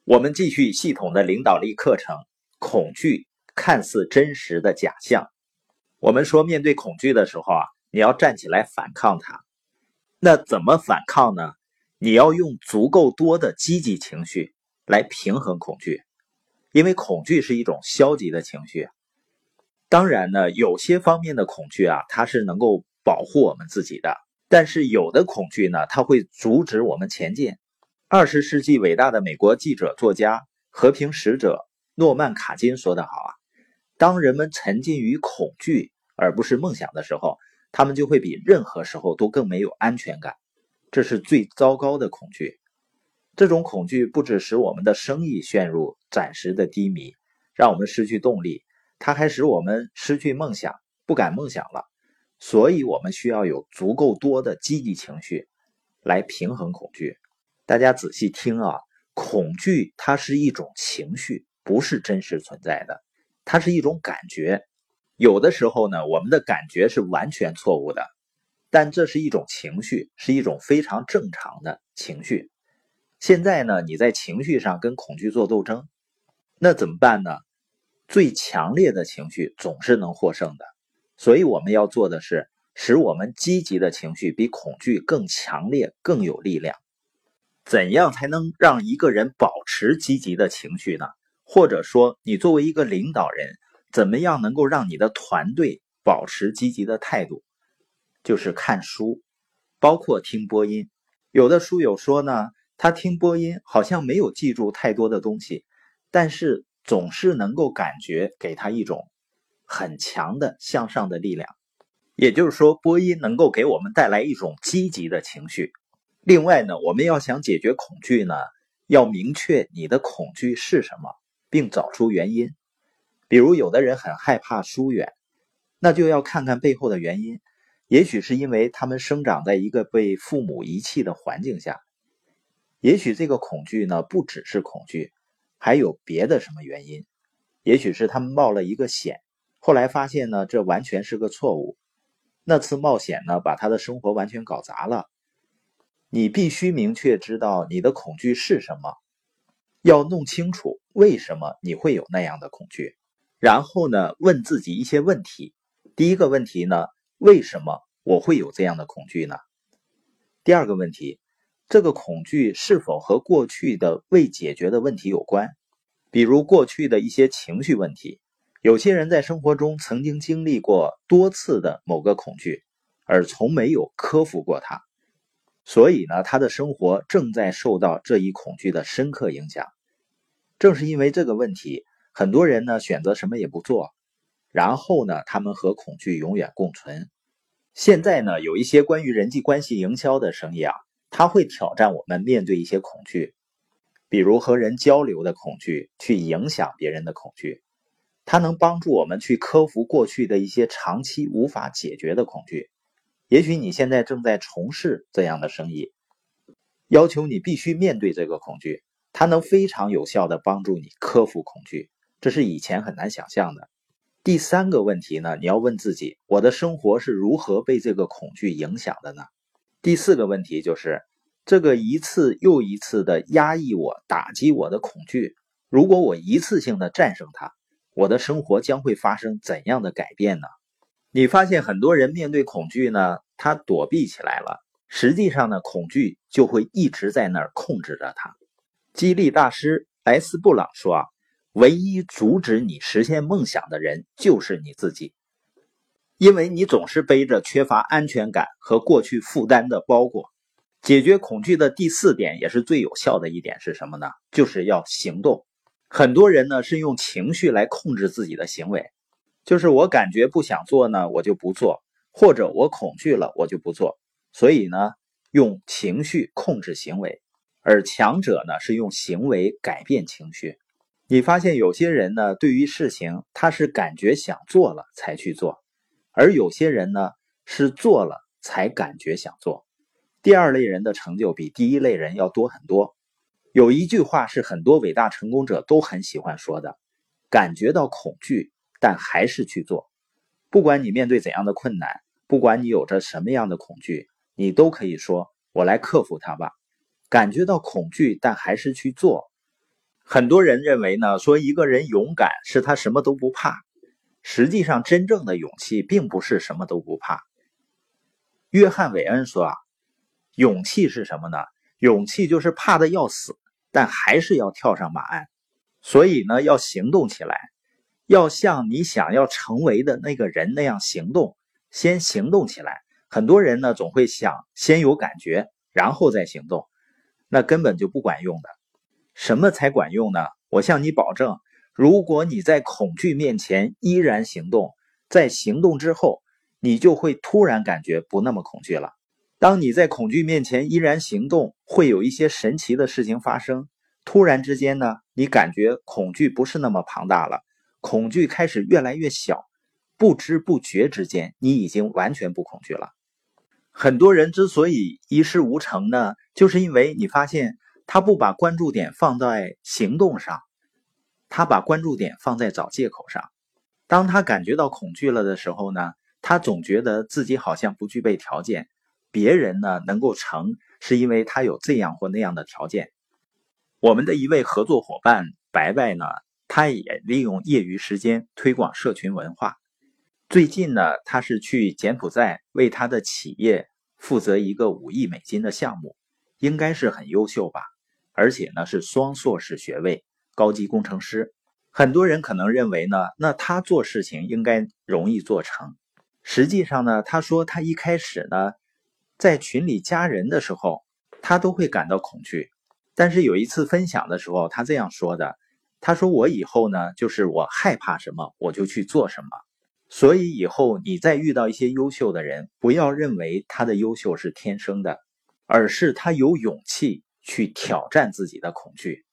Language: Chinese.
我们继续系统的领导力课程，恐惧看似真实的假象。我们说面对恐惧的时候你要站起来反抗它。那怎么反抗呢？你要用足够多的积极情绪来平衡恐惧，因为恐惧是一种消极的情绪。当然呢，有些方面的恐惧它是能够保护我们自己的，但是有的恐惧呢，它会阻止我们前进。20世纪伟大的美国记者、作家、和平使者诺曼·卡金说得好当人们沉浸于恐惧而不是梦想的时候，他们就会比任何时候都更没有安全感。这是最糟糕的恐惧。这种恐惧不只使我们的生意陷入暂时的低迷，让我们失去动力，它还使我们失去梦想，不敢梦想了。所以我们需要有足够多的积极情绪来平衡恐惧。大家仔细听恐惧它是一种情绪，不是真实存在的，它是一种感觉。有的时候呢，我们的感觉是完全错误的，但这是一种情绪，是一种非常正常的情绪。现在呢，你在情绪上跟恐惧做斗争，那怎么办呢？最强烈的情绪总是能获胜的，所以我们要做的是使我们积极的情绪比恐惧更强烈、更有力量。怎样才能让一个人保持积极的情绪呢？或者说，你作为一个领导人，怎么样能够让你的团队保持积极的态度？就是看书，包括听播音。有的书友说呢，他听播音好像没有记住太多的东西，但是总是能够感觉给他一种很强的向上的力量。也就是说，播音能够给我们带来一种积极的情绪。另外呢，我们要想解决恐惧呢，要明确你的恐惧是什么，并找出原因。比如有的人很害怕疏远，那就要看看背后的原因。也许是因为他们生长在一个被父母遗弃的环境下，也许这个恐惧呢不只是恐惧，还有别的什么原因。也许是他们冒了一个险，后来发现呢这完全是个错误，那次冒险呢把他的生活完全搞砸了。你必须明确知道你的恐惧是什么，要弄清楚为什么你会有那样的恐惧，然后呢问自己一些问题。第一个问题呢，为什么我会有这样的恐惧呢？第二个问题，这个恐惧是否和过去的未解决的问题有关？比如过去的一些情绪问题，有些人在生活中曾经经历过多次的某个恐惧，而从没有克服过它，所以呢，他的生活正在受到这一恐惧的深刻影响。正是因为这个问题，很多人呢选择什么也不做，然后呢，他们和恐惧永远共存。现在呢，有一些关于人际关系营销的生意它会挑战我们面对一些恐惧，比如和人交流的恐惧，去影响别人的恐惧。它能帮助我们去克服过去的一些长期无法解决的恐惧。也许你现在正在从事这样的生意，要求你必须面对这个恐惧，它能非常有效地帮助你克服恐惧，这是以前很难想象的。第三个问题呢，你要问自己，我的生活是如何被这个恐惧影响的呢？第四个问题就是，这个一次又一次的压抑我、打击我的恐惧，如果我一次性的战胜它，我的生活将会发生怎样的改变呢？你发现很多人面对恐惧呢，他躲避起来了，实际上呢，恐惧就会一直在那儿控制着他。激励大师莱斯布朗说唯一阻止你实现梦想的人就是你自己，因为你总是背着缺乏安全感和过去负担的包裹。解决恐惧的第四点也是最有效的一点是什么呢？就是要行动。很多人呢是用情绪来控制自己的行为，就是我感觉不想做呢，我就不做，或者我恐惧了，我就不做。所以呢，用情绪控制行为，而强者呢是用行为改变情绪。你发现有些人呢，对于事情他是感觉想做了才去做，而有些人呢是做了才感觉想做。第二类人的成就比第一类人要多很多。有一句话是很多伟大成功者都很喜欢说的，感觉到恐惧，但还是去做。不管你面对怎样的困难，不管你有着什么样的恐惧，你都可以说，我来克服它吧。感觉到恐惧，但还是去做。 很多人认为呢，说一个人勇敢是他什么都不怕，实际上真正的勇气并不是什么都不怕。约翰韦恩说勇气是什么呢？勇气就是怕得要死，但还是要跳上马鞍。所以呢，要行动起来，要像你想要成为的那个人那样行动，先行动起来。很多人呢，总会想先有感觉，然后再行动，那根本就不管用的。什么才管用呢？我向你保证，如果你在恐惧面前依然行动，在行动之后，你就会突然感觉不那么恐惧了。当你在恐惧面前依然行动，会有一些神奇的事情发生。突然之间呢，你感觉恐惧不是那么庞大了，恐惧开始越来越小，不知不觉之间，你已经完全不恐惧了。很多人之所以一事无成呢，就是因为你发现他不把关注点放在行动上，他把关注点放在找借口上。当他感觉到恐惧了的时候呢，他总觉得自己好像不具备条件，别人呢能够成，是因为他有这样或那样的条件。我们的一位合作伙伴白白呢，他也利用业余时间推广社群文化。最近呢，他是去柬埔寨为他的企业负责一个5亿美金的项目，应该是很优秀吧，而且呢是双硕士学位，高级工程师。很多人可能认为呢，那他做事情应该容易做成。实际上呢，他说他一开始呢，在群里加人的时候，他都会感到恐惧。但是有一次分享的时候，他这样说的，他说我以后呢，就是我害怕什么，我就去做什么。所以以后你再遇到一些优秀的人，不要认为他的优秀是天生的，而是他有勇气去挑战自己的恐惧。